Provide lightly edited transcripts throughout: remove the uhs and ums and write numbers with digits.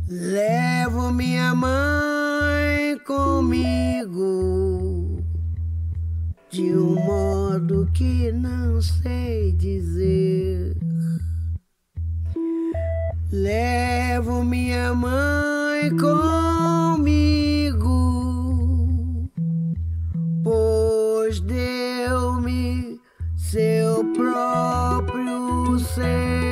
Levo minha mãe comigo de um modo que não sei dizer. Levo minha mãe comigo, pois deu-me seu próprio ser.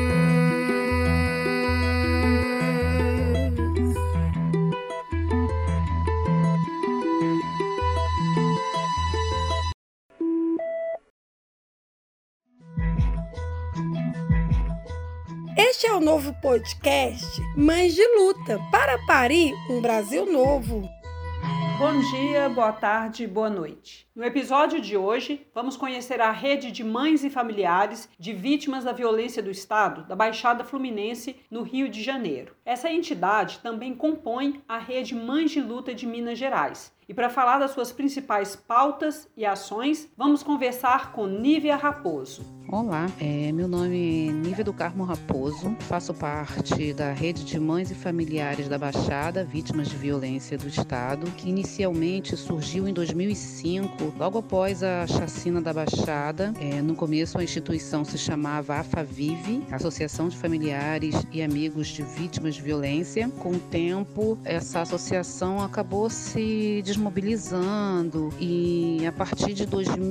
Este é o novo podcast Mães de Luta para parir um Brasil novo. Bom dia, boa tarde, boa noite. No episódio de hoje, vamos conhecer a rede de mães e familiares de vítimas da violência do Estado da Baixada Fluminense, no Rio de Janeiro. Essa entidade também compõe a rede Mães de Luta de Minas Gerais. E para falar das suas principais pautas e ações, vamos conversar com Nívia Raposo. Olá, meu nome é Nívia do Carmo Raposo, faço parte da rede de mães e familiares da Baixada, vítimas de violência do Estado, que inicialmente surgiu em 2005, logo após a chacina da Baixada. No começo a instituição se chamava AFAVIVE, Associação de Familiares e Amigos de Vítimas de Violência. Com o tempo, essa associação acabou se desmobilizando e a partir de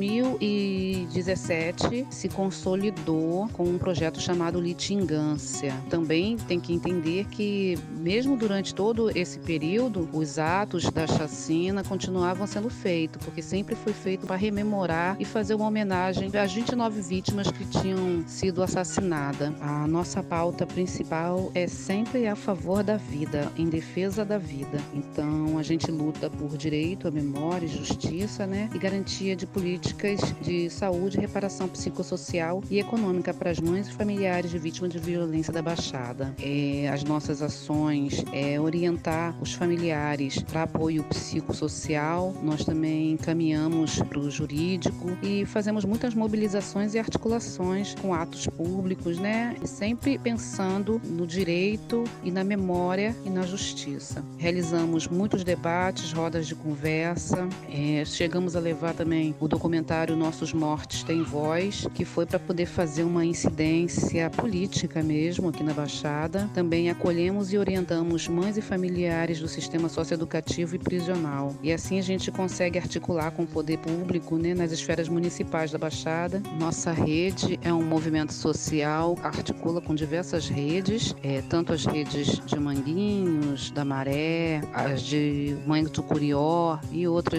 2017 se consolidou com um projeto chamado Litingância. Também tem que entender que, mesmo durante todo esse período, os atos da chacina continuavam sendo feitos, porque sempre foi feito para rememorar e fazer uma homenagem às 29 vítimas que tinham sido assassinadas. A nossa pauta principal é sempre a favor da vida, em defesa da vida. Então, a gente luta por direito à memória e justiça, e garantia de políticas de saúde, reparação psicossocial e econômica para as mães e familiares de vítimas de violência da Baixada. As nossas ações é orientar os familiares para apoio psicossocial. Nós também encaminhamos para o jurídico e fazemos muitas mobilizações e articulações com atos públicos, sempre pensando no direito e na memória e na justiça. Realizamos muitos debates, rodas de conversa, chegamos a levar também o documentário Nossos Mortos Têm Voz, que foi para poder fazer uma incidência política mesmo aqui na Baixada. Também acolhemos e orientamos mães e familiares do sistema socioeducativo e prisional. E assim a gente consegue articular com o poder público, nas esferas municipais da Baixada. Nossa rede é um movimento social, articula com diversas redes, tanto as redes de Manguinhos, da Maré, as de Mãe do Tucurió e outras.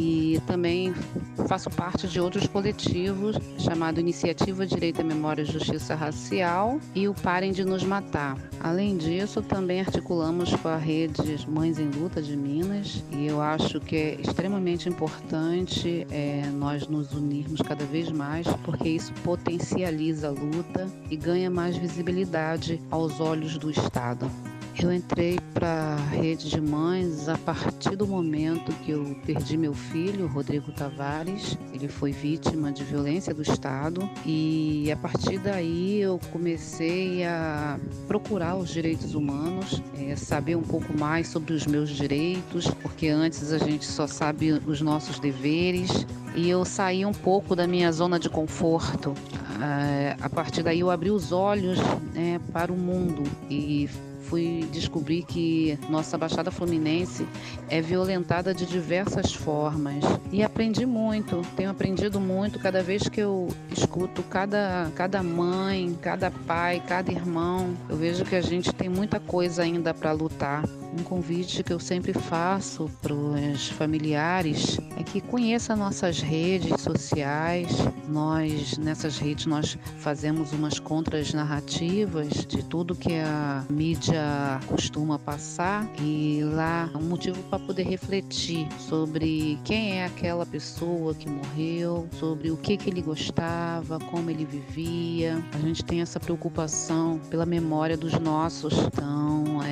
E também faço parte de outros coletivos chamado Iniciativa Direito à Memória e Justiça Racial e o Parem de Nos Matar. Além disso, também articulamos com a rede Mães em Luta de Minas e eu acho que é extremamente importante nós nos unirmos cada vez mais, porque isso potencializa a luta e ganha mais visibilidade aos olhos do Estado. Eu entrei para a rede de mães a partir do momento que eu perdi meu filho, Rodrigo Tavares. Ele foi vítima de violência do Estado e a partir daí eu comecei a procurar os direitos humanos, saber um pouco mais sobre os meus direitos, porque antes a gente só sabe os nossos deveres. E eu saí um pouco da minha zona de conforto. A partir daí eu abri os olhos para o mundo e fui descobrir que nossa Baixada Fluminense é violentada de diversas formas. E aprendi muito, tenho aprendido muito cada vez que eu escuto cada mãe, cada pai, cada irmão. Eu vejo que a gente tem muita coisa ainda para lutar. Um convite que eu sempre faço para os familiares é que conheça nossas redes sociais. Nessas redes, nós fazemos umas contras narrativas de tudo que a mídia costuma passar e lá é um motivo para poder refletir sobre quem é aquela pessoa que morreu, sobre o que ele gostava, como ele vivia. A gente tem essa preocupação pela memória dos nossos. Então,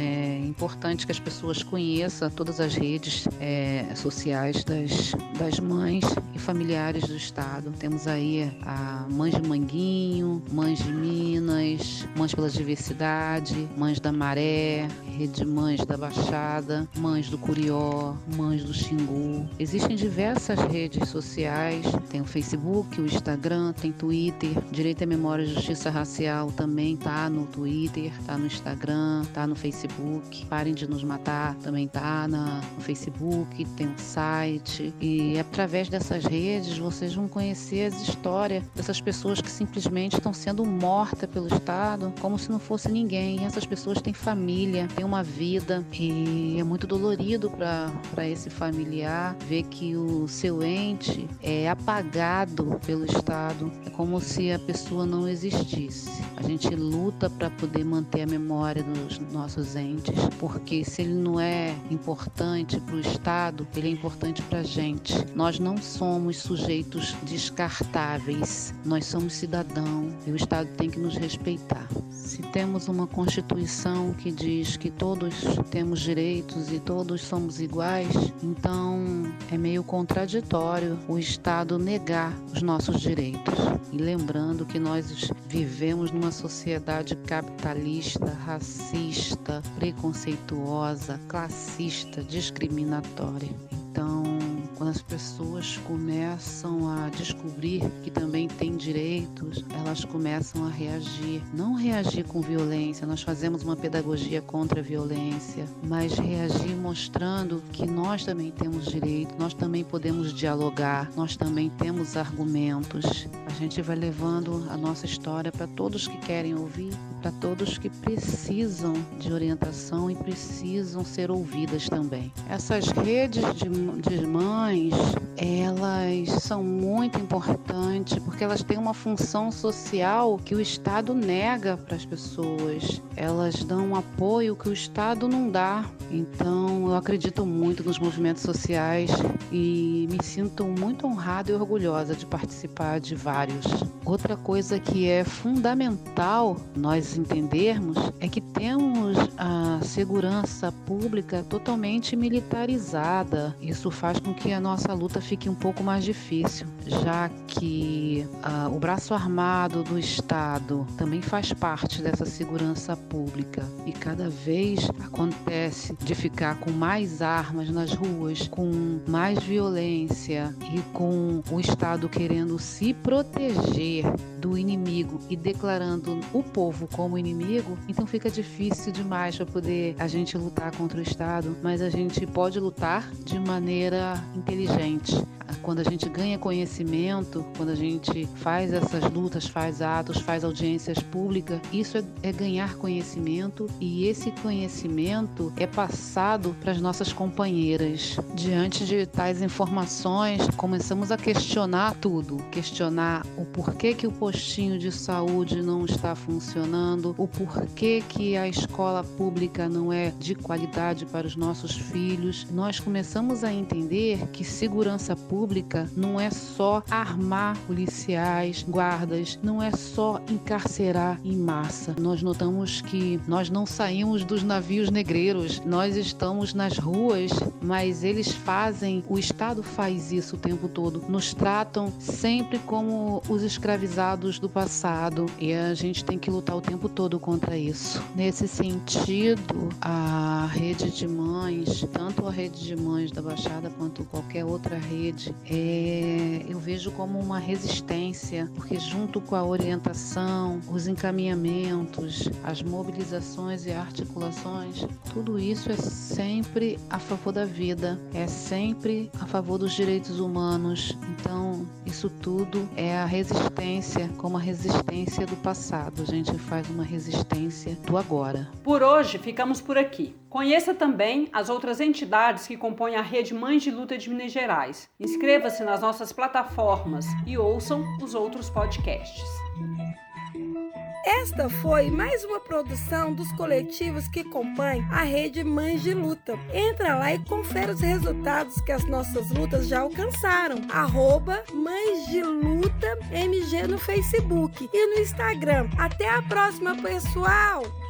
importante que as pessoas conheçam todas as redes sociais das mães e familiares do estado. Temos aí a Mães de Manguinho, Mães de Minas, Mães pela Diversidade, Mães da Maré, Rede Mães da Baixada, Mães do Curió, Mães do Xingu. Existem diversas redes sociais, tem o Facebook, o Instagram, tem Twitter. Direito à Memória e Justiça Racial também tá no Twitter, tá no Instagram, tá no Facebook. Parem de Nos Matar também tá no Facebook, tem um site. E através dessas redes vocês vão conhecer as histórias dessas pessoas que simplesmente estão sendo mortas pelo Estado como se não fosse ninguém. E essas pessoas têm família, têm uma vida, e é muito dolorido para esse familiar ver que o seu ente é apagado pelo Estado. É como se a pessoa não existisse. A gente luta para poder manter a memória dos nossos entes, porque se ele não é importante para o Estado, ele é importante para a gente. Nós não somos sujeitos descartáveis, nós somos cidadãos e o Estado tem que nos respeitar. Se temos uma Constituição que diz que todos temos direitos e todos somos iguais, então é meio contraditório o Estado negar os nossos direitos. E lembrando que nós vivemos numa sociedade capitalista, racista, preconceituosa, classista, discriminatória. Então, quando as pessoas começam a descobrir que também têm direitos, elas começam a reagir. Não reagir com violência, nós fazemos uma pedagogia contra a violência, mas reagir mostrando que nós também temos direito, nós também podemos dialogar, nós também temos argumentos. A gente vai levando a nossa história para todos que querem ouvir, para todos que precisam de orientação e precisam ser ouvidas também. Essas redes de mães, elas são muito importantes porque elas têm uma função social que o Estado nega para as pessoas. Elas dão um apoio que o Estado não dá. Então, eu acredito muito nos movimentos sociais e me sinto muito honrada e orgulhosa de participar de vários. Outra coisa que é fundamental nós entendermos é que temos a segurança pública totalmente militarizada. Isso faz com que a nossa luta fique um pouco mais difícil, já que o braço armado do Estado também faz parte dessa segurança pública. E cada vez acontece de ficar com mais armas nas ruas, com mais violência e com o Estado querendo se proteger do inimigo e declarando o povo como inimigo. Então fica difícil demais para poder a gente lutar contra o Estado, mas a gente pode lutar de maneira inteligente. Quando a gente ganha conhecimento, quando a gente faz essas lutas, faz atos, faz audiências públicas, isso é ganhar conhecimento, e esse conhecimento é passado para as nossas companheiras. Diante de tais informações, começamos a questionar tudo, questionar o porquê que o postinho de saúde não está funcionando, o porquê que a escola pública não é de qualidade para os nossos filhos. Nós começamos a entender que segurança pública não é só armar policiais, guardas, não é só encarcerar em massa. Nós notamos que nós não saímos dos navios negreiros, nós estamos nas ruas, mas eles fazem, o Estado faz isso o tempo todo. Nos tratam sempre como os escravizados do passado, e a gente tem que lutar o tempo todo contra isso. Nesse sentido, a rede de mães, tanto a rede de mães da Baixada quanto qualquer outra rede, eu vejo como uma resistência, porque junto com a orientação, os encaminhamentos, as mobilizações e articulações, tudo isso é sempre a favor da vida, é sempre a favor dos direitos humanos. Então, isso tudo é a resistência, como a resistência do passado. A gente faz uma resistência do agora. Por hoje, ficamos por aqui. Conheça também as outras entidades que compõem a Rede Mães de Luta de Minas Gerais. Inscreva-se nas nossas plataformas e ouçam os outros podcasts. Esta foi mais uma produção dos coletivos que compõem a Rede Mães de Luta. Entra lá e confere os resultados que as nossas lutas já alcançaram. @Mães de Luta MG no Facebook e no Instagram. Até a próxima, pessoal!